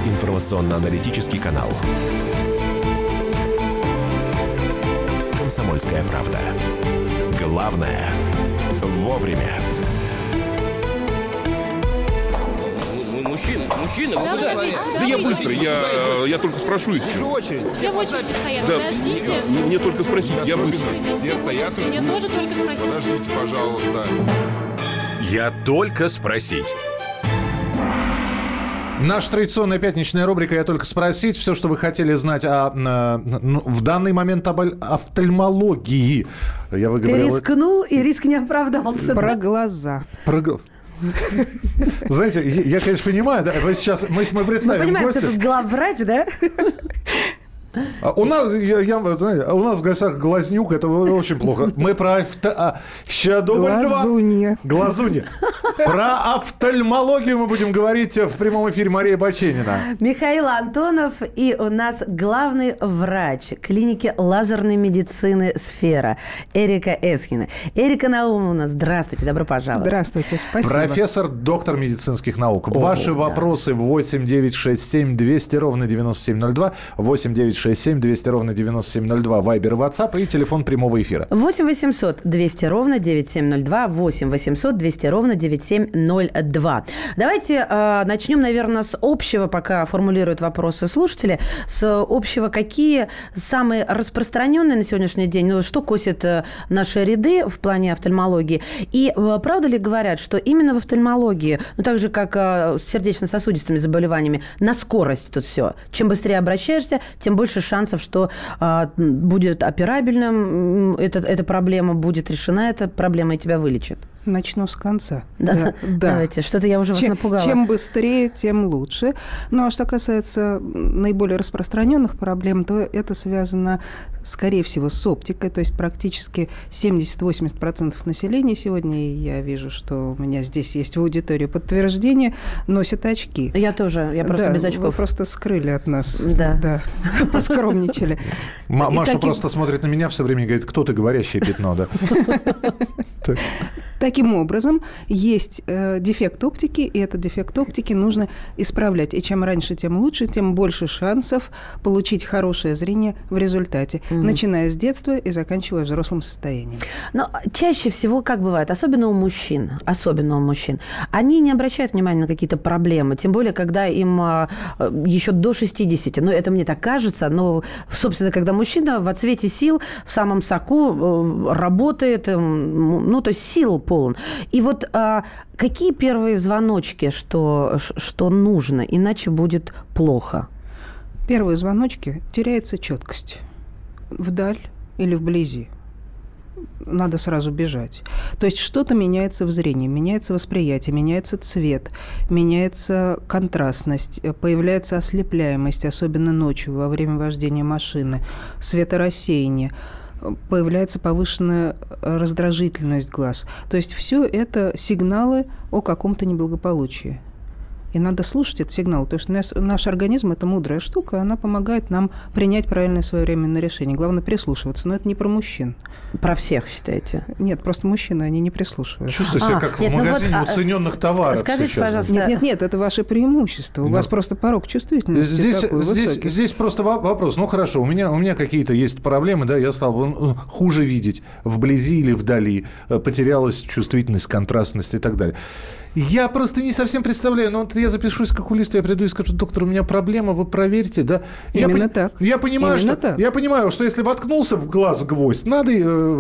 информационно-аналитический канал. «Комсомольская правда». Главное – вовремя. Мужчина, вы куда? Да я быстро, я только спрошу и все. Все в очереди стоят, Да, подождите. мне только спросить, я быстро. Все стоят и ждут. Мне тоже только спросить. Подождите, пожалуйста. Я только спросить. Наша традиционная пятничная рубрика «Я только спросить». Все, что вы хотели знать в данный момент об офтальмологии. Я выговорил... Ты рискнул, и риск не оправдался. Про глаза. Знаете, я, конечно, понимаю, да, мы представим Мы понимаем, гостя. ты тут главврач, да? У нас, знаете, у нас в гостях Глазнюк, это очень плохо. Мы про Глазунья. Глазунья. Про офтальмологию мы будем говорить в прямом эфире. Мария Баченина. Михаил Антонов, и у нас главный врач клиники лазерной медицины «Сфера» Эрика Эсхина. Эрика Наумовна, здравствуйте, добро пожаловать. Здравствуйте, спасибо. Профессор, доктор медицинских наук. Ваши вопросы 8 967 200 ровно 9702, 8 967 200 ровно 9702, Вайбер и WhatsApp и телефон прямого эфира. 8 800 200 ровно 9702, 8 800 200 ровно 9702. Давайте начнем, наверное, с общего, пока формулируют вопросы слушатели, с общего, какие самые распространенные на сегодняшний день, ну, что косит наши ряды в плане офтальмологии, и правда ли говорят, что именно в офтальмологии, ну, так же, как с сердечно-сосудистыми заболеваниями, на скорость тут все. Чем быстрее обращаешься, тем больше шансов, что будет операбельным эта проблема, будет решена эта проблема и тебя вылечат. Начну с конца. Да. Давайте, что-то я уже вас напугала. Чем быстрее, тем лучше. Ну, а что касается наиболее распространенных проблем, то это связано, скорее всего, с оптикой. То есть практически 70-80% населения сегодня, и я вижу, что у меня здесь есть в аудитории подтверждение, носят очки. Я тоже, я просто без очков. Вы просто скрыли от нас. Да. Поскромничали. Маша просто смотрит на меня все время и говорит, кто ты, говорящее пятно, да? Таким образом, есть дефект оптики, и этот дефект оптики нужно исправлять. И чем раньше, тем лучше, тем больше шансов получить хорошее зрение в результате, начиная с детства и заканчивая взрослым состоянием. Но чаще всего, как бывает, особенно у мужчин, они не обращают внимания на какие-то проблемы, тем более, когда им еще до 60. Ну, это мне так кажется, но, собственно, когда мужчина в отцвете сил, в самом соку работает, ну, то есть сил полон. И вот какие первые звоночки, что нужно, иначе будет плохо? Первые звоночки – теряется четкость. Вдаль или вблизи. Надо сразу бежать. То есть что-то меняется в зрении, меняется восприятие, меняется цвет, меняется контрастность, появляется ослепляемость, особенно ночью во время вождения машины, светорассеяние. Появляется повышенная раздражительность глаз. То есть все это сигналы о каком-то неблагополучии. И надо слушать этот сигнал. То есть наш организм – это мудрая штука, она помогает нам принять правильное своевременное решение. Главное – прислушиваться. Но это не про мужчин. Про всех, считаете? Нет, просто мужчины, они не прислушиваются. Чувствую себя как в магазине уцененных товаров. Скажите, сейчас. пожалуйста. Нет, это ваше преимущество. У вас просто порог чувствительности такой высокий. Здесь просто вопрос. Ну, хорошо, у меня какие-то есть проблемы, да, я стал хуже видеть вблизи или вдали, потерялась чувствительность, контрастность и так далее. Я просто не совсем представляю, но вот я запишусь к окулисту, я приду и скажу, доктор, у меня проблема, вы проверьте, да? Именно так. Я понимаю, что если воткнулся в глаз гвоздь, надо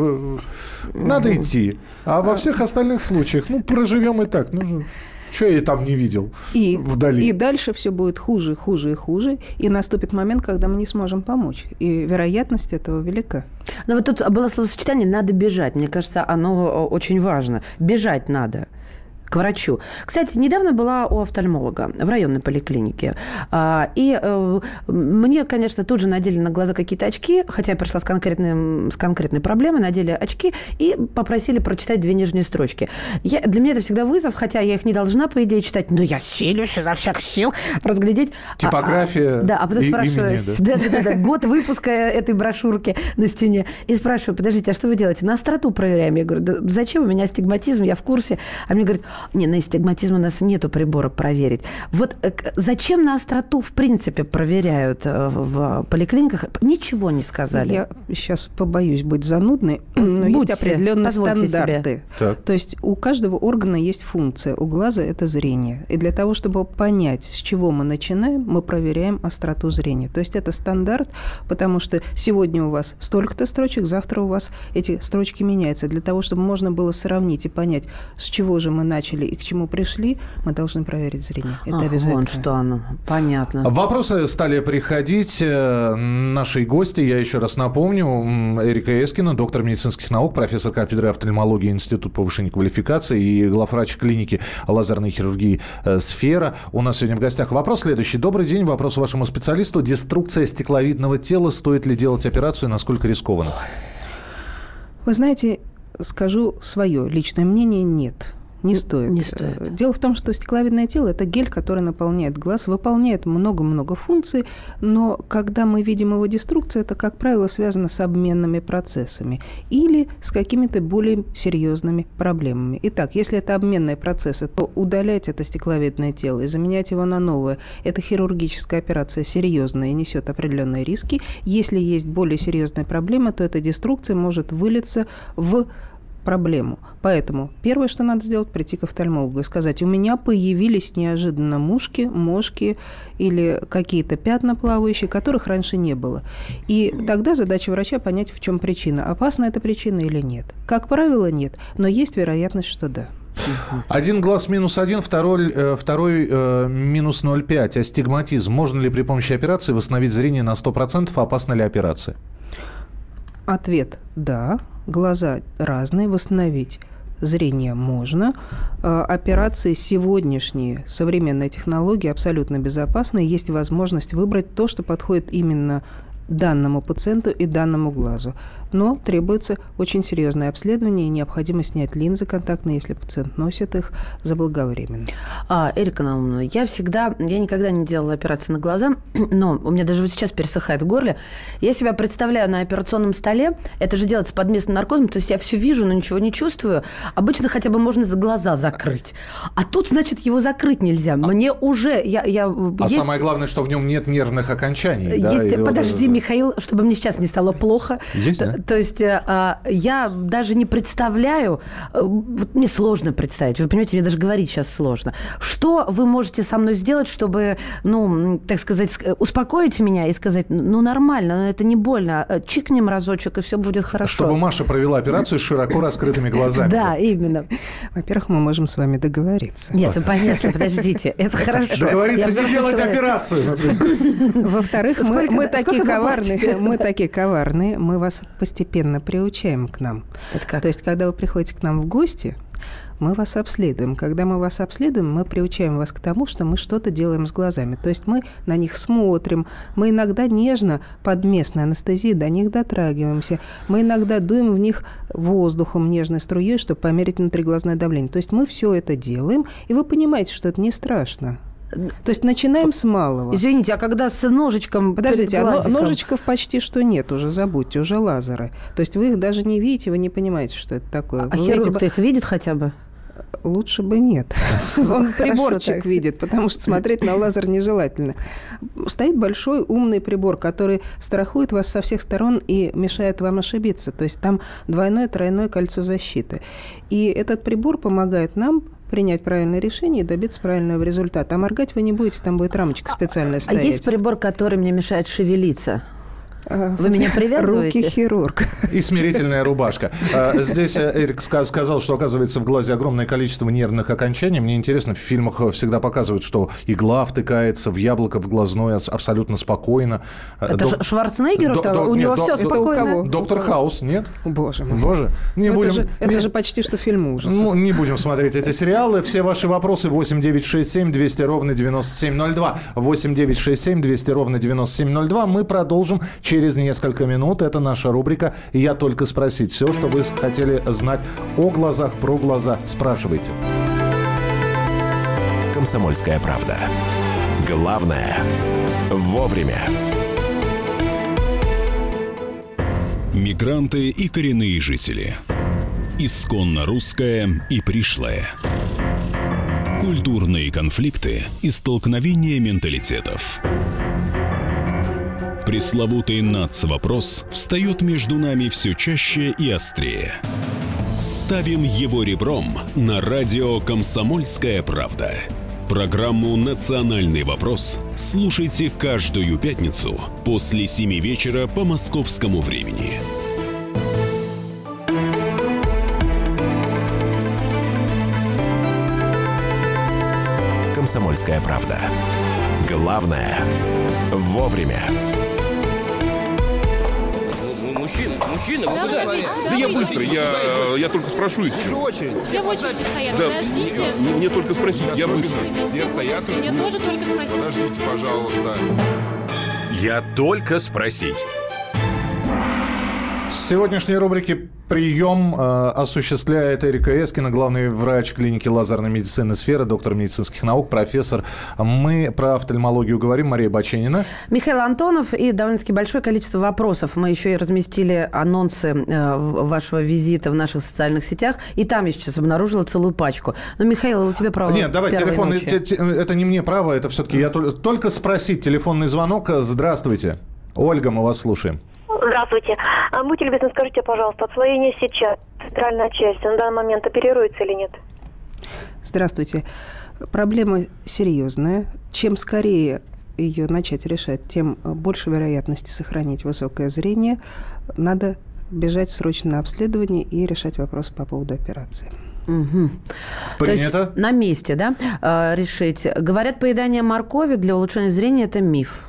идти. А во всех остальных случаях, проживем и так. Что я там не видел вдали? И дальше все будет хуже, хуже и хуже, и наступит момент, когда мы не сможем помочь. И вероятность этого велика. Но вот тут было словосочетание «надо бежать». Мне кажется, оно очень важно. Бежать надо к врачу. Кстати, недавно была у офтальмолога в районной поликлинике. И мне, конечно, тут же надели на глаза какие-то очки, хотя я пришла с конкретной проблемой, надели очки и попросили прочитать 2 нижние строчки. Для меня это всегда вызов, хотя я их не должна, по идее, читать, но я силюсь изо всех сил разглядеть. Типография. Да, а потом спрашиваю, год выпуска этой брошюрки на стене. И спрашиваю, подождите, а что вы делаете? На остроту проверяем. Я говорю, да зачем у меня астигматизм, я в курсе. А мне говорят, Не, на астигматизм у нас нету прибора проверить. Вот зачем на остроту, в принципе, проверяют в поликлиниках? Ничего не сказали. Я сейчас побоюсь быть занудной, но есть определенные стандарты. То есть у каждого органа есть функция. У глаза это зрение. И для того, чтобы понять, с чего мы начинаем, мы проверяем остроту зрения. То есть это стандарт, потому что сегодня у вас столько-то строчек, завтра у вас эти строчки меняются. Для того, чтобы можно было сравнить и понять, с чего же мы начали и к чему пришли, мы должны проверить зрение. Это обязательно. Вон что оно. Понятно. Вопросы стали приходить. Нашей гости, я еще раз напомню, Эрика Эскина, доктор медицинских наук, профессор кафедры офтальмологии Института повышения квалификации и главврач клиники лазерной хирургии «Сфера». У нас сегодня в гостях. Вопрос следующий. Добрый день. Вопрос вашему специалисту. Деструкция стекловидного тела. Стоит ли делать операцию? Насколько рискованно? Вы знаете, скажу свое личное мнение – нет. Не стоит. Не стоит. Дело в том, что стекловидное тело – это гель, который наполняет глаз, выполняет много-много функций, но когда мы видим его деструкцию, это, как правило, связано с обменными процессами или с какими-то более серьезными проблемами. Итак, если это обменные процессы, то удалять это стекловидное тело и заменять его на новое – это хирургическая операция серьезная и несет определенные риски. Если есть более серьезная проблема, то эта деструкция может вылиться в проблему. Поэтому первое, что надо сделать, прийти к офтальмологу и сказать: у меня появились неожиданно мушки, мошки или какие-то пятна плавающие, которых раньше не было. И тогда задача врача понять, в чем причина. Опасна эта причина или нет. Как правило, нет, но есть вероятность, что да. Один глаз -1, второй минус 0,5. Астигматизм. Можно ли при помощи операции восстановить зрение на 100%? Опасна ли операция? Ответ – да. Глаза разные, восстановить зрение можно. Операции сегодняшние, современные технологии абсолютно безопасны. Есть возможность выбрать то, что подходит именно данному пациенту и данному глазу. Но требуется очень серьезное обследование и необходимо снять линзы контактные, если пациент носит их, заблаговременно. Эрика Наумовна, я никогда не делала операции на глаза, но у меня даже вот сейчас пересыхает в горле. Я себя представляю на операционном столе, это же делается под местным наркозом, то есть я все вижу, но ничего не чувствую. Обычно хотя бы можно глаза закрыть. А тут, значит, его закрыть нельзя. Мне уже... Самое главное, что в нем нет нервных окончаний. Подожди, Михаил, чтобы мне сейчас не стало плохо. Есть, да? То есть я даже не представляю, вот мне сложно представить, вы понимаете, мне даже говорить сейчас сложно. Что вы можете со мной сделать, чтобы, так сказать, успокоить меня и сказать, нормально, это не больно, чикнем разочек, и все будет хорошо. Чтобы Маша провела операцию с широко раскрытыми глазами. Да, именно. Во-первых, мы можем с вами договориться. Нет, понятно, подождите, это хорошо. Договориться не делать операцию. Во-вторых, мы такие коварные, мы вас постепенно приучаем к нам. Это как? То есть, когда вы приходите к нам в гости, мы вас обследуем. Когда мы вас обследуем, мы приучаем вас к тому, что мы что-то делаем с глазами. То есть мы на них смотрим, мы иногда нежно под местной анестезией до них дотрагиваемся, мы иногда дуем в них воздухом нежной струей, чтобы померить внутриглазное давление. То есть мы все это делаем, и вы понимаете, что это не страшно. То есть начинаем с малого. Извините, а когда с ножичком... Подождите, ножичков почти что нет уже, забудьте, уже лазеры. То есть вы их даже не видите, вы не понимаете, что это такое. А хирург-то их видит хотя бы? Лучше бы нет. Он приборчик видит, потому что смотреть на лазер нежелательно. Стоит большой умный прибор, который страхует вас со всех сторон и мешает вам ошибиться. То есть там двойное, тройное кольцо защиты. И этот прибор помогает нам принять правильное решение и добиться правильного результата. А моргать вы не будете, там будет рамочка специальная стоять. А есть прибор, который мне мешает шевелиться? Вы меня привязываете? Руки хирург. И смирительная рубашка. Здесь Эрик сказал, что, оказывается, в глазе огромное количество нервных окончаний. Мне интересно, в фильмах всегда показывают, что игла втыкается в яблоко в глазное абсолютно спокойно. Это Шварценеггер? У него все спокойно. Доктор Хаус, нет? Боже мой. Боже. Это же почти что фильм ужасов. Не будем смотреть эти сериалы. Все ваши вопросы 8 9 6 7 200 ровно 9702. 8 9 6 7 200 ровно 9702. Мы продолжим через несколько минут. Это наша рубрика «Я только спросить». Все, что вы хотели знать о глазах, про глаза, спрашивайте. «Комсомольская правда». Главное – вовремя. Мигранты и коренные жители. Исконно русское и пришлое. Культурные конфликты и столкновения менталитетов. Пресловутый НАЦ-вопрос встает между нами все чаще и острее. Ставим его ребром на радио «Комсомольская правда». Программу «Национальный вопрос» слушайте каждую пятницу после 7 вечера по московскому времени. «Комсомольская правда». Главное – вовремя. Мужчина, Да, вы куда? подождите, Да я быстро, я только спрашусь. Все в очереди стоят, Да, подождите. мне только спросить, я быстро. Все стоят. Мне тоже только спросить. Подождите, пожалуйста. Я только спросить. В сегодняшней рубрике «Прием» осуществляет Эрика Эскина, главный врач клиники лазерной медицины «Сфера», доктор медицинских наук, профессор. Мы про офтальмологию говорим. Мария Баченина. Михаил Антонов и довольно-таки большое количество вопросов. Мы еще и разместили анонсы вашего визита в наших социальных сетях. И там я сейчас обнаружила целую пачку. Но, Михаил, у тебя право. Нет, давай, телефон. ночи. Это не мне право, это все-таки я только спросить. Телефонный звонок. Здравствуйте. Ольга, мы вас слушаем. Здравствуйте. Будьте любезны, скажите, пожалуйста, отслоение сейчас, центральная часть, на данный момент оперируется или нет? Здравствуйте. Проблема серьезная. Чем скорее ее начать решать, тем больше вероятности сохранить высокое зрение. Надо бежать срочно на обследование и решать вопросы по поводу операции. Угу. Принято. То есть на месте, да, решить. Говорят, поедание моркови для улучшения зрения – это миф.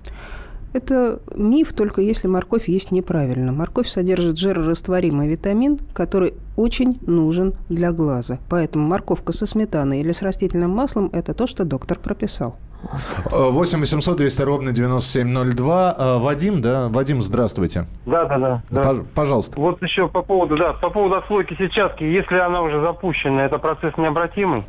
Это миф, только если морковь есть неправильно. Морковь содержит жирорастворимый витамин, который очень нужен для глаза. Поэтому морковка со сметаной или с растительным маслом – это то, что доктор прописал. 8 800 200 ровно 9702. Вадим, да? Вадим, здравствуйте. Да. Пожалуйста. Вот еще по поводу отслойки сетчатки. Если она уже запущена, это процесс необратимый?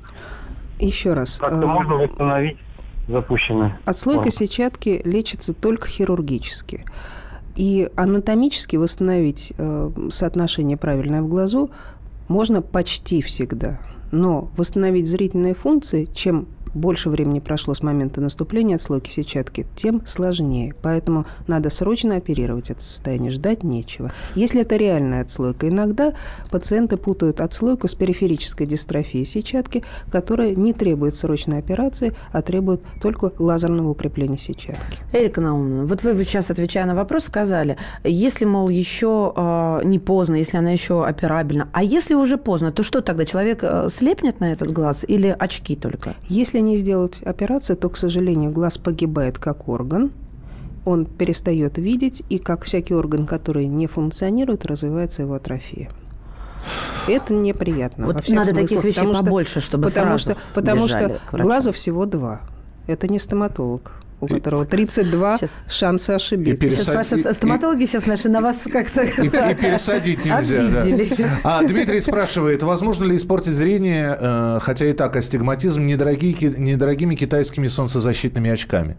Еще раз. Как-то можно восстановить запущенное? Отслойка сетчатки лечится только хирургически. И анатомически восстановить соотношение правильное в глазу можно почти всегда. Но восстановить зрительные функции, чем больше времени прошло с момента наступления отслойки сетчатки, тем сложнее. Поэтому надо срочно оперировать это состояние, ждать нечего. Если это реальная отслойка, иногда пациенты путают отслойку с периферической дистрофией сетчатки, которая не требует срочной операции, а требует только лазерного укрепления сетчатки. Эрика Наумовна, вот вы сейчас, отвечая на вопрос, сказали, если, мол, еще не поздно, если она еще операбельна, а если уже поздно, то что тогда, человек слепнет на этот глаз или очки только? Если не сделать операцию, то, к сожалению, глаз погибает как орган, он перестает видеть, и как всякий орган, который не функционирует, развивается его атрофия. Это неприятно. Вот надо таких вещей побольше, чтобы сразу Потому бежали что к врачу. глаза всего два. Это не стоматолог, у которого 32 шанса ошибиться. Сейчас ваши стоматологи сейчас наши на вас как-то И пересадить нельзя. Да. Дмитрий спрашивает, возможно ли испортить зрение, хотя и так астигматизм, недорогими китайскими солнцезащитными очками?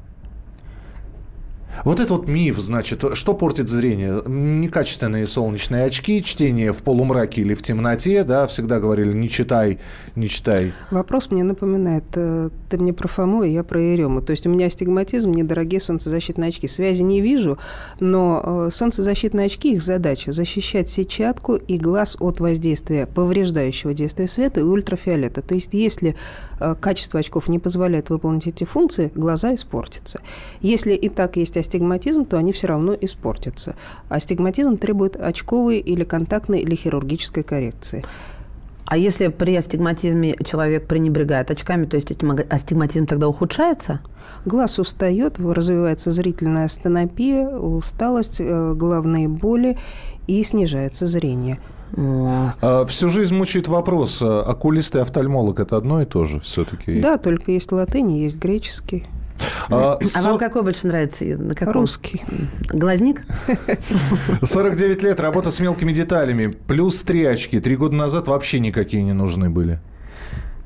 Вот это вот миф, значит, что портит зрение? Некачественные солнечные очки, чтение в полумраке или в темноте, да, всегда говорили, не читай. Вопрос мне напоминает, ты мне про Фому, и я про Ерему. То есть у меня астигматизм, недорогие солнцезащитные очки. Связи не вижу, но солнцезащитные очки, их задача защищать сетчатку и глаз от воздействия, повреждающего действия света и ультрафиолета. То есть если качество очков не позволяет выполнить эти функции, глаза испортятся. Если и так есть астигматизм, то они все равно испортятся. Астигматизм требует очковой или контактной или хирургической коррекции. А если при астигматизме человек пренебрегает очками, то есть астигматизм тогда ухудшается? Глаз устает, развивается зрительная астенопия, усталость, головные боли и снижается зрение. Всю жизнь мучает вопрос, окулист и офтальмолог – это одно и то же все-таки? Да, только есть латынь, есть греческий. А вам какой больше нравится? На каком? Русский. Глазник? 49 лет, работа с мелкими деталями, плюс 3 очки. 3 года назад вообще никакие не нужны были.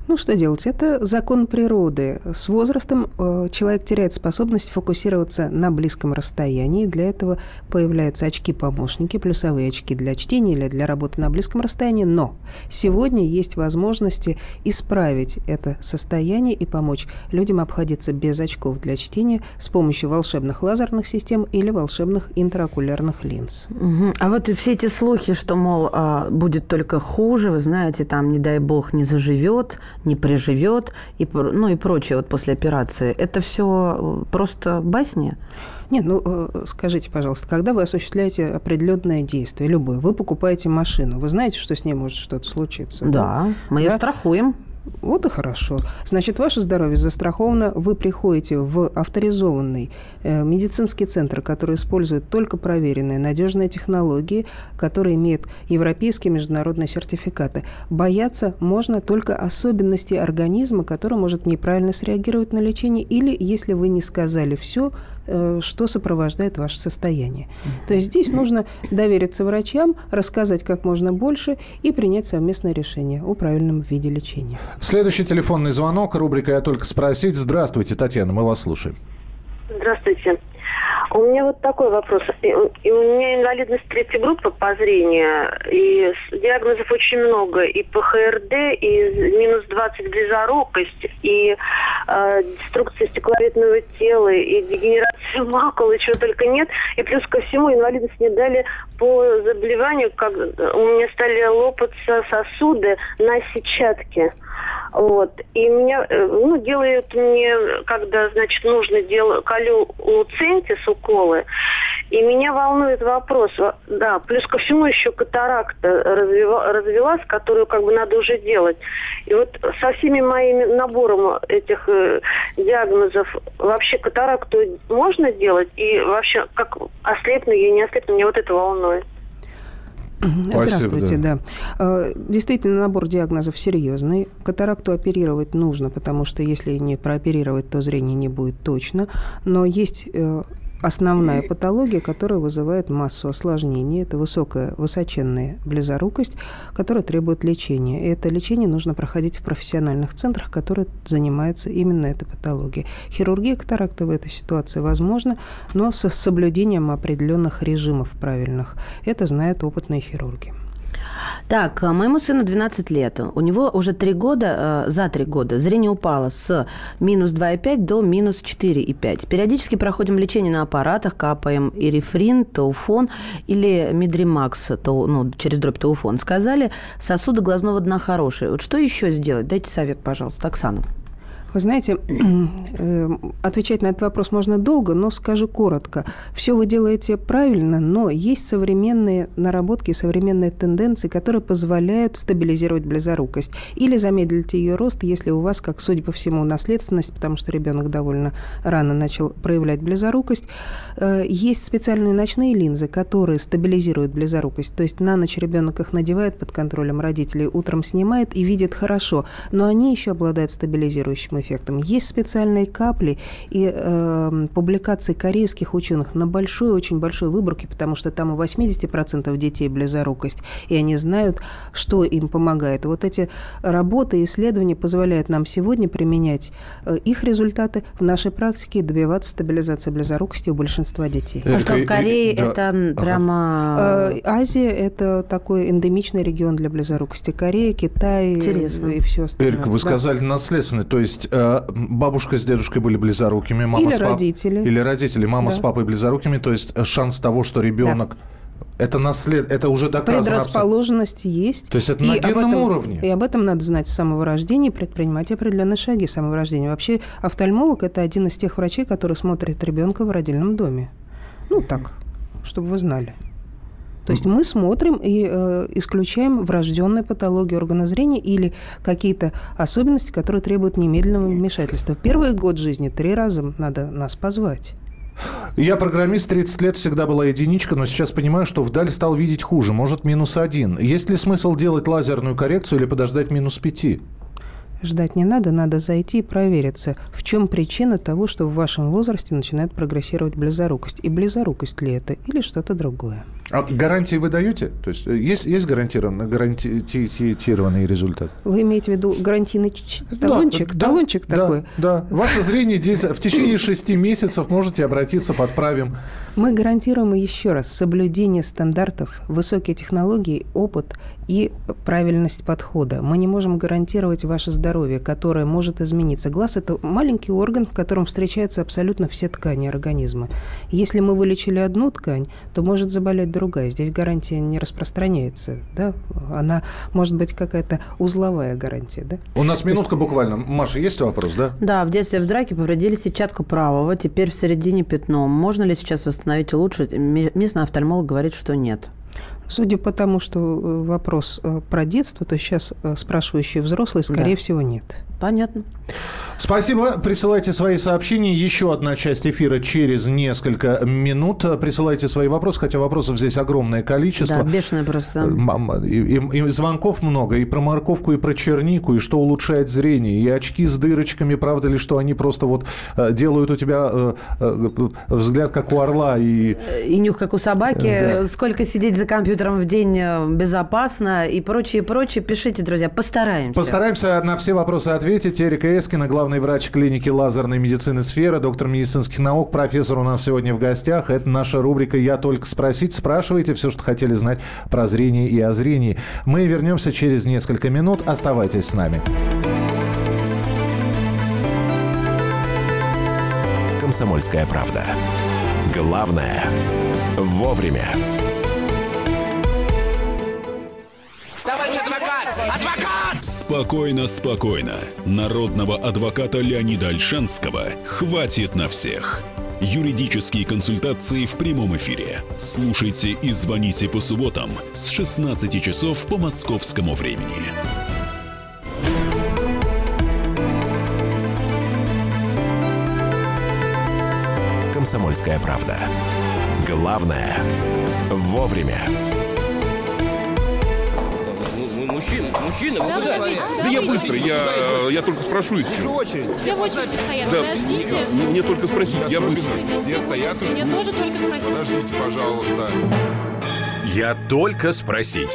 Ну, что делать? Это закон природы. С возрастом человек теряет способность фокусироваться на близком расстоянии. Для этого появляются очки-помощники, плюсовые очки для чтения или для работы на близком расстоянии. Но сегодня есть возможности исправить это состояние и помочь людям обходиться без очков для чтения с помощью волшебных лазерных систем или волшебных интраокулярных линз. Угу. А вот и все эти слухи, что, мол, будет только хуже, вы знаете, там, не дай бог, не заживет, не приживет, и прочее вот после операции. Это все просто басни? Нет, скажите, пожалуйста, когда вы осуществляете определенное действие, любое, вы покупаете машину, вы знаете, что с ней может что-то случиться? Да, мы ее страхуем. Вот и хорошо. Значит, ваше здоровье застраховано. Вы приходите в авторизованный медицинский центр, который использует только проверенные, надежные технологии, которые имеют европейские международные сертификаты. Бояться можно только особенностей организма, который может неправильно среагировать на лечение, или если вы не сказали все, что сопровождает ваше состояние. То есть здесь нужно довериться врачам, рассказать как можно больше и принять совместное решение о правильном виде лечения. Следующий телефонный звонок, рубрика «Я только спросить». Здравствуйте, Татьяна, мы вас слушаем. Здравствуйте. У меня вот такой вопрос. И у меня инвалидность 3 группы по зрению, и диагнозов очень много. И ПХРД, и минус 20 близорукость, и деструкция стекловидного тела, и дегенерация макулы, чего только нет. И плюс ко всему инвалидность мне дали по заболеванию, как у меня стали лопаться сосуды на сетчатке. Вот. И меня, делают мне, когда, значит, нужно колю луцентис уколы. И меня волнует вопрос, да, плюс ко всему еще катаракта развелась, которую как бы надо уже делать. И вот со всеми моими набором этих диагнозов вообще катаракту можно делать? И вообще, как ослепну я, не ослепну, меня вот это волнует. Здравствуйте, да. Действительно, набор диагнозов серьезный. Катаракту оперировать нужно, потому что если не прооперировать, то зрение не будет точно. Но есть основная патология, которая вызывает массу осложнений. Это высоченная близорукость, которая требует лечения. И это лечение нужно проходить в профессиональных центрах, которые занимаются именно этой патологией. Хирургия катаракты в этой ситуации возможна, но с соблюдением определенных режимов правильных. Это знают опытные хирурги. Так, моему сыну 12 лет. У него уже за 3 года зрение упало с минус 2,5 до минус 4,5. Периодически проходим лечение на аппаратах, капаем ирифрин, тауфон или мидримакс, через дробь тауфон. Сказали, сосуды глазного дна хорошие. Вот что еще сделать? Дайте совет, пожалуйста, Оксана. Вы знаете, отвечать на этот вопрос можно долго, но скажу коротко. Все вы делаете правильно, но есть современные наработки, современные тенденции, которые позволяют стабилизировать близорукость или замедлить ее рост, если у вас, как судя по всему, наследственность, потому что ребенок довольно рано начал проявлять близорукость. Есть специальные ночные линзы, которые стабилизируют близорукость. То есть на ночь ребенок их надевает под контролем родителей, утром снимает и видит хорошо, но они еще обладают стабилизирующим эффектом. Есть специальные капли и публикации корейских ученых на очень большой выборке, потому что там у 80% детей близорукость, и они знают, что им помогает. Вот эти работы и исследования позволяют нам сегодня применять их результаты в нашей практике и добиваться стабилизации близорукости у большинства детей. А что в Корее это прямо... Азия – это такой эндемичный регион для близорукости. Корея, Китай и все остальное. Эрика, вы сказали наследственный, то есть бабушка с дедушкой были близорукими, мама или родители, мама с папой близорукими, то есть шанс того, что ребенок это уже доказано. Предрасположенность есть. То есть это на генном уровне. И об этом надо знать с самого рождения, предпринимать определенные шаги с самого рождения. Вообще офтальмолог – это один из тех врачей, который смотрит ребенка в родильном доме. Так, чтобы вы знали. То есть мы смотрим и исключаем врожденные патологии органа зрения или какие-то особенности, которые требуют немедленного вмешательства. Первый год жизни 3 раза надо нас позвать. Я программист, 30 лет, всегда была единичка, но сейчас понимаю, что вдаль стал видеть хуже, может, -1. Есть ли смысл делать лазерную коррекцию или подождать -5? Ждать не надо, надо зайти и провериться, в чем причина того, что в вашем возрасте начинает прогрессировать близорукость. И близорукость ли это, или что-то другое. А гарантии вы даете? То есть есть гарантированный результат? Вы имеете в виду гарантийный талончик? Да, талончик такой? Да. Ваше зрение в течение 6 месяцев можете обратиться, подправим. Мы гарантируем еще раз соблюдение стандартов, высокие технологии, опыт и правильность подхода. Мы не можем гарантировать ваше здоровье, которое может измениться. Глаз – это маленький орган, в котором встречаются абсолютно все ткани организма. Если мы вылечили одну ткань, то может заболеть другая. Здесь гарантия не распространяется. Да? Она может быть какая-то узловая гарантия. Да? У нас минутка буквально. Маша, есть вопрос, да? Да, в детстве в драке повредили сетчатку правого, теперь в середине пятно. Можно ли сейчас восстановить, улучшить? Местный офтальмолог говорит, что нет. Судя по тому, что вопрос про детство, то сейчас спрашивающие взрослые, скорее всего, нет. Понятно. Спасибо. Присылайте свои сообщения. Еще одна часть эфира через несколько минут. Присылайте свои вопросы, хотя вопросов здесь огромное количество. Да, бешеное просто. И звонков много, и про морковку, и про чернику, и что улучшает зрение, и очки с дырочками, правда ли, что они просто вот делают у тебя взгляд, как у орла. И нюх, как у собаки. Да. Сколько сидеть за компьютером в день безопасно и прочее. Пишите, друзья, постараемся. Постараемся на все вопросы ответить. Эрика Эскина, главный врач клиники лазерной медицины «Сфера», доктор медицинских наук, профессор у нас сегодня в гостях. Это наша рубрика «Я только спросить». Спрашивайте все, что хотели знать про зрение и о зрении. Мы вернемся через несколько минут. Оставайтесь с нами. «Комсомольская правда». Главное – вовремя. Товарищ адвокат! Адвокат! Спокойно. Народного адвоката Леонида Ольшанского хватит на всех. Юридические консультации в прямом эфире. Слушайте и звоните по субботам с 16 часов по московскому времени. «Комсомольская правда». Главное – вовремя. Мужчина, вы куда? Да я быстро, я только спрошу еще. Все в очереди стоят, Да, подождите. мне только спросить, я быстро. Все стоят. Мне тоже только спросить. Подождите, пожалуйста. Я только спросить.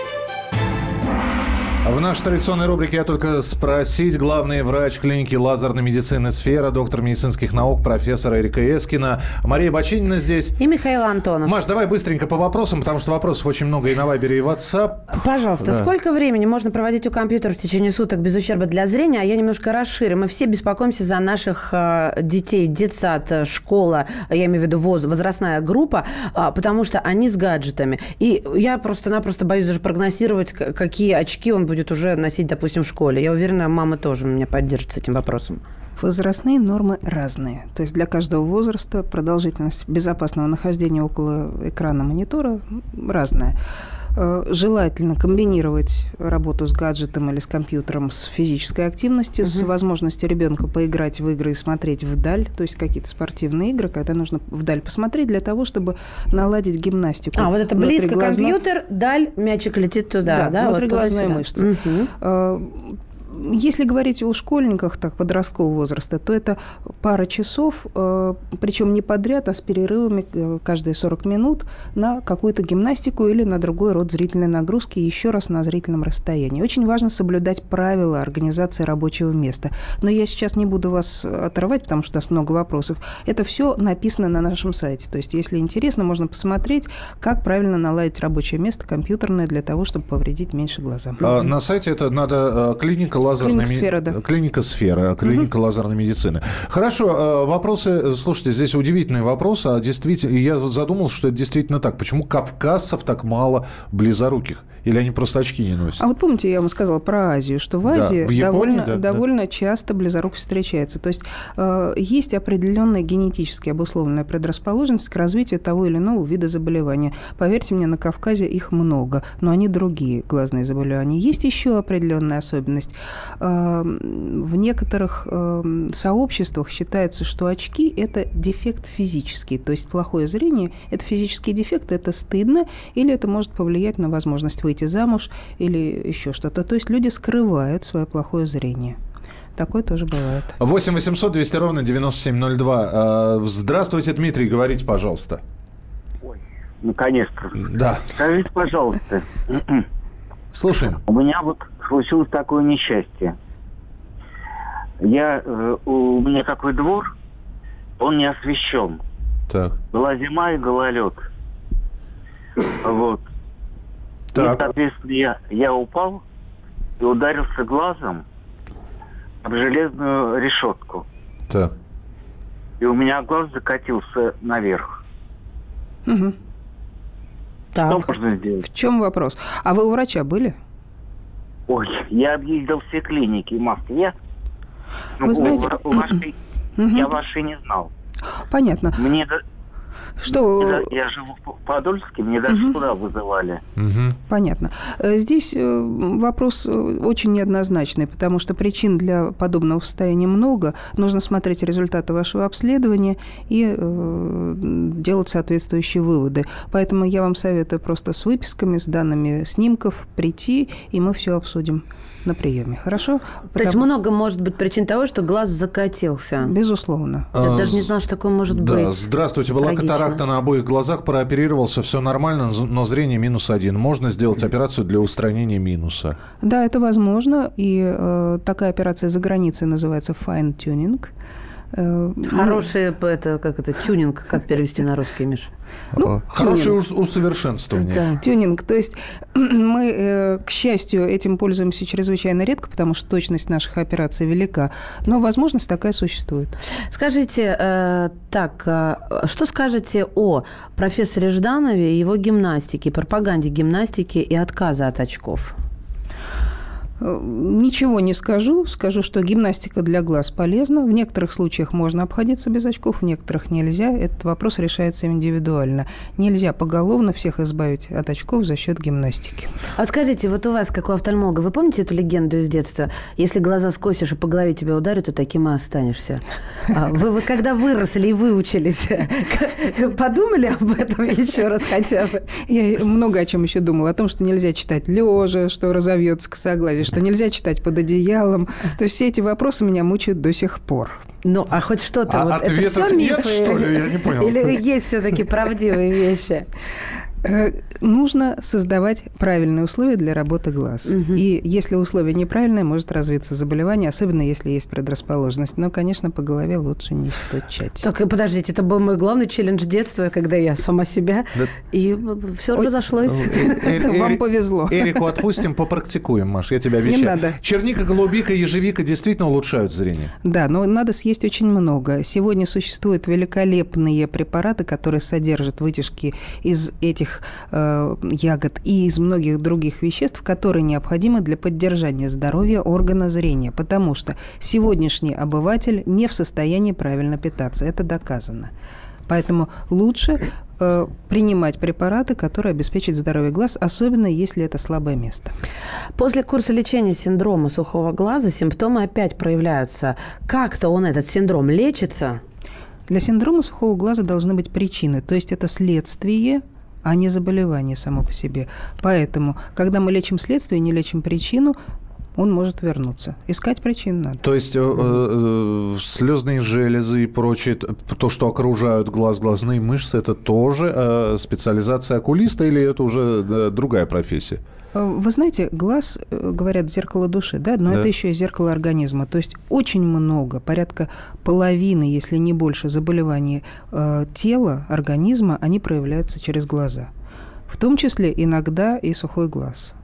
В нашей традиционной рубрике «Я только спросить» главный врач клиники лазерной медицины «Сфера», доктор медицинских наук, профессор Эрика Эскина. Мария Бачинина здесь. И Михаил Антонов. Маш, давай быстренько по вопросам, потому что вопросов очень много и на Вайбере, и в WhatsApp. Пожалуйста, Да. Сколько времени можно проводить у компьютера в течение суток без ущерба для зрения? А я немножко расширю. Мы все беспокоимся за наших детей, детсад, школа, я имею в виду возрастная группа, потому что они с гаджетами. И я просто-напросто боюсь даже прогнозировать, какие очки он будет уже носить, допустим, в школе. Я уверена, мама тоже меня поддержит с этим вопросом. Возрастные нормы разные. То есть для каждого возраста продолжительность безопасного нахождения около экрана монитора разная. Желательно комбинировать работу с гаджетом или с компьютером с физической активностью, с возможностью ребенка поиграть в игры и смотреть вдаль, то есть какие-то спортивные игры, когда нужно вдаль посмотреть для того, чтобы наладить гимнастику. Вот это близко компьютер, даль, мячик летит туда, да? Внутриглазная вот мышца. Если говорить о школьниках так, подросткового возраста, то это пара часов, причем не подряд, а с перерывами каждые 40 минут на какую-то гимнастику или на другой род зрительной нагрузки, еще раз на зрительном расстоянии. Очень важно соблюдать правила организации рабочего места. Но я сейчас не буду вас отрывать, потому что у нас много вопросов. Это все написано на нашем сайте. То есть, если интересно, можно посмотреть, как правильно наладить рабочее место компьютерное для того, чтобы повредить меньше глазам. На сайте это надо клиника «Сфера», да. Клиника «Сфера», клиника лазерной медицины. Хорошо, вопросы, слушайте, здесь удивительный вопрос, а действительно, я задумался, что это действительно так. Почему кавказцев так мало близоруких? Или они просто очки не носят? А вот помните, я вам сказала про Азию, что в Азии в Японии, довольно часто близорукость встречается. То есть есть определенная генетически обусловленная предрасположенность к развитию того или иного вида заболевания. Поверьте мне, на Кавказе их много, но они другие глазные заболевания. Есть еще определенная особенность. В некоторых сообществах считается, что очки – это дефект физический. То есть плохое зрение – это физический дефект, это стыдно, или это может повлиять на возможность выйти замуж или еще что-то. То есть люди скрывают свое плохое зрение. Такое тоже бывает. 8 800 200 ровно 9702. Здравствуйте, Дмитрий, говорите, пожалуйста. наконец-то. Да. Скажите, пожалуйста. Слушаем. У меня вот случилось такое несчастье. У меня такой двор, он не освещен. Так. Была зима и гололед. Вот. Так. И, соответственно, я упал и ударился глазом об железную решетку. Так. И у меня глаз закатился наверх. Угу. Что можно сделать? В чем вопрос? А вы у врача были? Ой, я объездил все клиники в Москве. Вы знаете... Я вашей не знал. Понятно. Я живу в Подольске, мне даже туда вызывали. Понятно. Здесь вопрос очень неоднозначный, потому что причин для подобного состояния много. Нужно смотреть результаты вашего обследования и делать соответствующие выводы. Поэтому я вам советую просто с выписками, с данными снимков прийти, и мы все обсудим на приеме. Хорошо? То есть много может быть причин того, что глаз закатился? Безусловно. Я даже не знала, что такое может быть. Здравствуйте. Была катаракта на обоих глазах, прооперировался, все нормально, но зрение -1. Можно сделать операцию для устранения минуса? Да, это возможно. И такая операция за границей называется fine-tuning. Хороший тюнинг, как перевести на русский, Миша? Хорошее усовершенствование. Да. Тюнинг. То есть мы, к счастью, этим пользуемся чрезвычайно редко, потому что точность наших операций велика. Но возможность такая существует. Скажите, что скажете о профессоре Жданове и его гимнастике, пропаганде гимнастики и отказа от очков? Ничего не скажу. Скажу, что гимнастика для глаз полезна. В некоторых случаях можно обходиться без очков, в некоторых нельзя. Этот вопрос решается индивидуально. Нельзя поголовно всех избавить от очков за счет гимнастики. А скажите, вот у вас, как у офтальмолога, вы помните эту легенду из детства? Если глаза скосишь и по голове тебя ударят, то таким и останешься. Вы вот когда выросли и выучились, подумали об этом еще раз хотя бы? Я много о чем еще думала. О том, что нельзя читать лежа, что разовьется косоглазие, что нельзя читать под одеялом. То есть все эти вопросы меня мучают до сих пор. Ну, а хоть что-то... вот это все мифы? Нет, что ли? Я не понял. Или есть все-таки правдивые вещи? Нужно создавать правильные условия для работы глаз. И если условия неправильные, может развиться заболевание, особенно если есть предрасположенность. Но, конечно, по голове лучше не стучать. Так, и подождите, это был мой главный челлендж детства, когда я сама себя, и все разошлось. Вам повезло. Эрику отпустим, попрактикуем, Маш, я тебя обещаю. Не надо. Черника, голубика, ежевика действительно улучшают зрение? Да, но надо съесть очень много. Сегодня существуют великолепные препараты, которые содержат вытяжки из этих ягод и из многих других веществ, которые необходимы для поддержания здоровья органа зрения, потому что сегодняшний обыватель не в состоянии правильно питаться. Это доказано. Поэтому лучше принимать препараты, которые обеспечат здоровье глаз, особенно если это слабое место. После курса лечения синдрома сухого глаза симптомы опять проявляются. Как-то этот синдром лечится? Для синдрома сухого глаза должны быть причины, то есть это следствие, а не заболевание само по себе. Поэтому, когда мы лечим следствие, не лечим причину, он может вернуться. Искать причину надо. То есть слезные железы и прочее, то, что окружают глаз, глазные мышцы, это тоже специализация окулиста или это уже другая профессия? Вы знаете, глаз, говорят, зеркало души, да, но это еще и зеркало организма. То есть очень много, порядка половины, если не больше, заболеваний тела, организма, они проявляются через глаза. В том числе иногда и сухой глаз.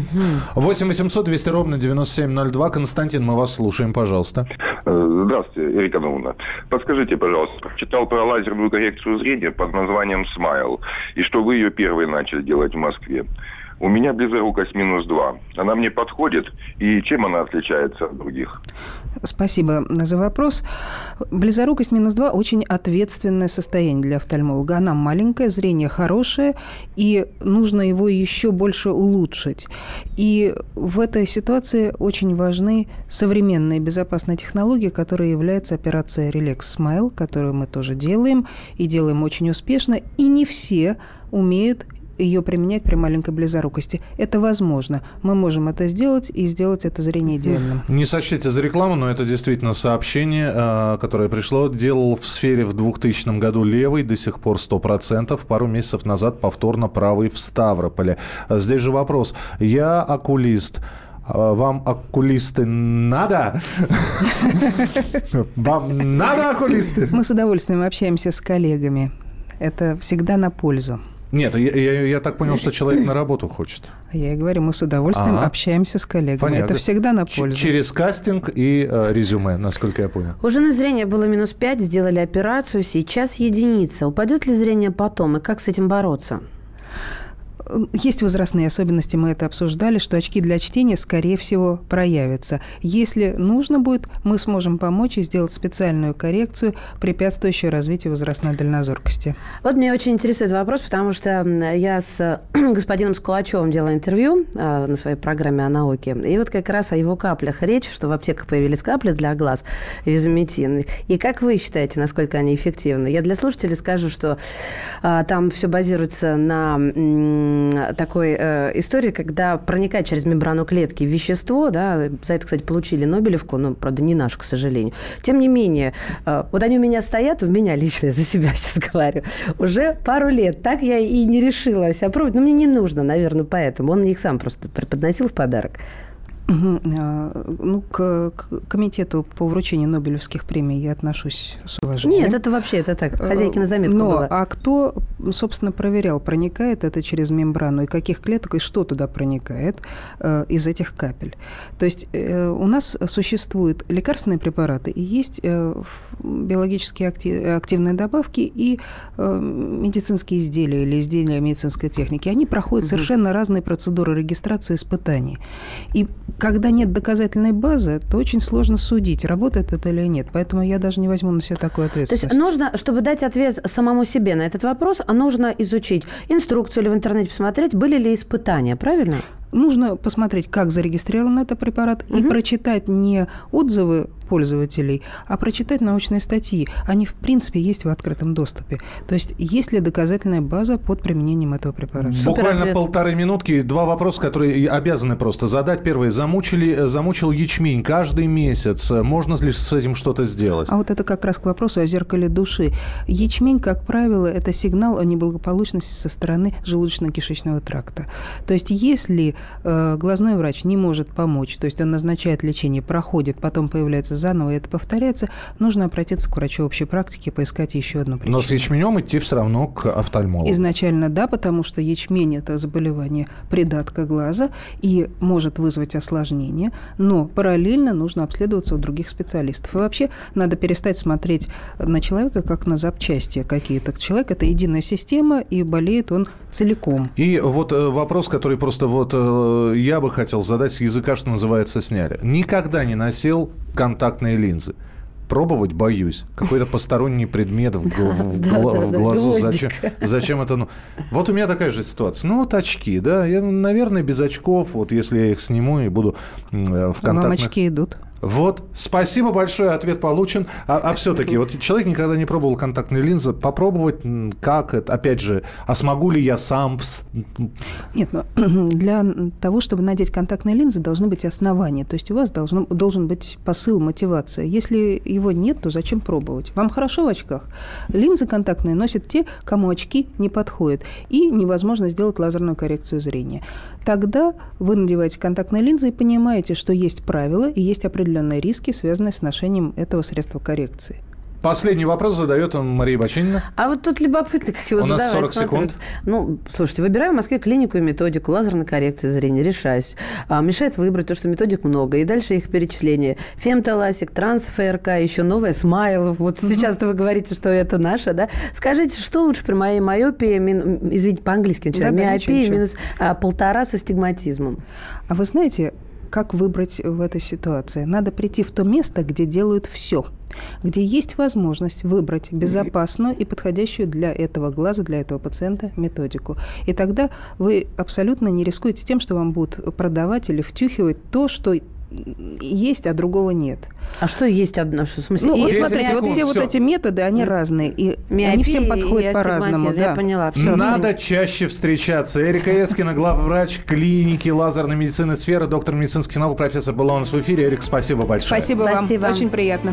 8 800 200 ровно 9702. Константин, мы вас слушаем, пожалуйста. Здравствуйте, Ирина Ивановна. Подскажите, пожалуйста, читал про лазерную коррекцию зрения под названием Smile, и что вы ее первые начали делать в Москве. У меня близорукость -2. Она мне подходит, и чем она отличается от других? Спасибо за вопрос. Близорукость -2 – очень ответственное состояние для офтальмолога. Она маленькая, зрение хорошее, и нужно его еще больше улучшить. И в этой ситуации очень важны современные безопасные технологии, которые являются операцией Relax Smile, которую мы тоже делаем, и делаем очень успешно. И не все умеют ее применять при маленькой близорукости. Это возможно. Мы можем это сделать и сделать это зрение идеальным. Не сочтите за рекламу, но это действительно сообщение, которое пришло. Делал в сфере в 2000 году левый, до сих пор 100%. Пару месяцев назад повторно правый в Ставрополе. Здесь же вопрос. Я окулист. Вам окулисты надо? Вам надо окулисты? Мы с удовольствием общаемся с коллегами. Это всегда на пользу. Нет, я так понял, что человек на работу хочет. Я и говорю, мы с удовольствием общаемся с коллегами. Понятно. Это всегда на пользу. Через кастинг и резюме, насколько я понял. У жены зрение было -5, сделали операцию, сейчас единица. Упадет ли зрение потом и как с этим бороться? Есть возрастные особенности, мы это обсуждали, что очки для чтения, скорее всего, проявятся. Если нужно будет, мы сможем помочь и сделать специальную коррекцию, препятствующую развитию возрастной дальнозоркости. Вот меня очень интересует вопрос, потому что я с господином Скулачевым делала интервью на своей программе о науке. И вот как раз о его каплях речь, что в аптеках появились капли для глаз, визуметин. И как вы считаете, насколько они эффективны? Я для слушателей скажу, что там все базируется на такой истории, когда проникает через мембрану клетки вещество, да, за это, кстати, получили Нобелевку, но, правда, не нашу, к сожалению. Тем не менее, вот они у меня стоят, у меня лично, я за себя сейчас говорю, уже пару лет. Так я и не решилась опробовать. Но мне не нужно, наверное, поэтому. Он мне их сам просто преподносил в подарок. Ну, к комитету по вручению Нобелевских премий я отношусь с уважением. Нет, это вообще, это так, хозяйки на заметку было. А кто, собственно, проверял, проникает это через мембрану, и каких клеток, и что туда проникает из этих капель? То есть у нас существуют лекарственные препараты, и есть биологически активные добавки и медицинские изделия или изделия медицинской техники. Они проходят совершенно разные процедуры регистрации испытаний. И когда нет доказательной базы, то очень сложно судить, работает это или нет. Поэтому я даже не возьму на себя такую ответственность. То есть нужно, чтобы дать ответ самому себе на этот вопрос, нужно изучить инструкцию или в интернете посмотреть, были ли испытания, правильно? Нужно посмотреть, как зарегистрирован этот препарат, и прочитать не отзывы пользователей, а прочитать научные статьи. Они, в принципе, есть в открытом доступе. То есть есть ли доказательная база под применением этого препарата? Буквально полторы минутки. Два вопроса, которые обязаны просто задать. Первый. Замучил ячмень каждый месяц. Можно ли с этим что-то сделать? А вот это как раз к вопросу о зеркале души. Ячмень, как правило, это сигнал о неблагополучности со стороны желудочно-кишечного тракта. То есть если глазной врач не может помочь, то есть он назначает лечение, проходит, потом появляется заново, и это повторяется, нужно обратиться к врачу общей практики, поискать еще одну причину. Но с ячменем идти все равно к офтальмологу. Изначально да, потому что ячмень – это заболевание придатка глаза и может вызвать осложнения, но параллельно нужно обследоваться у других специалистов. И вообще надо перестать смотреть на человека как на запчасти какие-то. Человек – это единая система, и болеет он целиком. И вот вопрос, который просто я бы хотел задать с языка, что называется, сняли. Никогда не носил контактные линзы. Пробовать боюсь. Какой-то посторонний предмет в глазу. Зачем это? Вот у меня такая же ситуация. Ну, вот очки, да. Я, наверное, без очков, вот если я их сниму и буду в контактных... Вам очки идут. Вот, спасибо большое, ответ получен. А все-таки, вот человек никогда не пробовал контактные линзы, попробовать, как это, опять же, а смогу ли я сам? Нет, но для того, чтобы надеть контактные линзы, должны быть основания, то есть у вас должен быть посыл, мотивация. Если его нет, то зачем пробовать? Вам хорошо в очках? Линзы контактные носят те, кому очки не подходят, и невозможно сделать лазерную коррекцию зрения. Тогда вы надеваете контактные линзы и понимаете, что есть правила и есть определенные риски, связанные с ношением этого средства коррекции. Последний вопрос задает Мария Баченина. А вот тут любопытно, как его задавать. У нас 40 секунд. Ну, слушайте, выбираю в Москве клинику и методику лазерной коррекции зрения, решаюсь. Мешает выбрать, то, что методик много. И дальше их перечисление. Фемтоласик, Транс-ФРК, еще новая, Смайл. Вот сейчас-то вы говорите, что это наша, да? Скажите, что лучше при моей миопии, извините, по-английски, миопии минус 1,5 с астигматизмом? А вы знаете, как выбрать в этой ситуации? Надо прийти в то место, где делают все, где есть возможность выбрать безопасную и подходящую для этого глаза, для этого пациента методику. И тогда вы абсолютно не рискуете тем, что вам будут продавать или втюхивать то, что есть, а другого нет. А что есть одно? В смысле, Ну, вот есть смотрите, вот все вот эти методы, они разные, и они всем подходят по-разному. Да. Я поняла. Все. Надо чаще встречаться. Эрика Эскина, главврач клиники лазерной медицины «Сфера», доктор медицинских наук, профессор, была у нас в эфире. Эрик, спасибо большое. Спасибо вам. Очень приятно.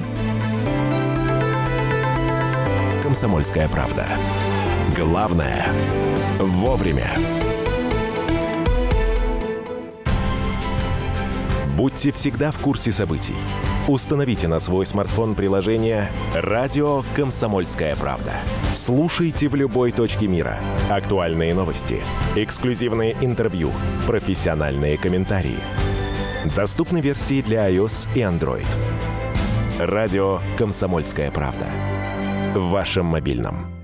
«Комсомольская правда». Главное – вовремя. Будьте всегда в курсе событий. Установите на свой смартфон приложение «Радио Комсомольская правда». Слушайте в любой точке мира. Актуальные новости, эксклюзивные интервью, профессиональные комментарии. Доступны версии для iOS и Android. «Радио Комсомольская правда». В вашем мобильном.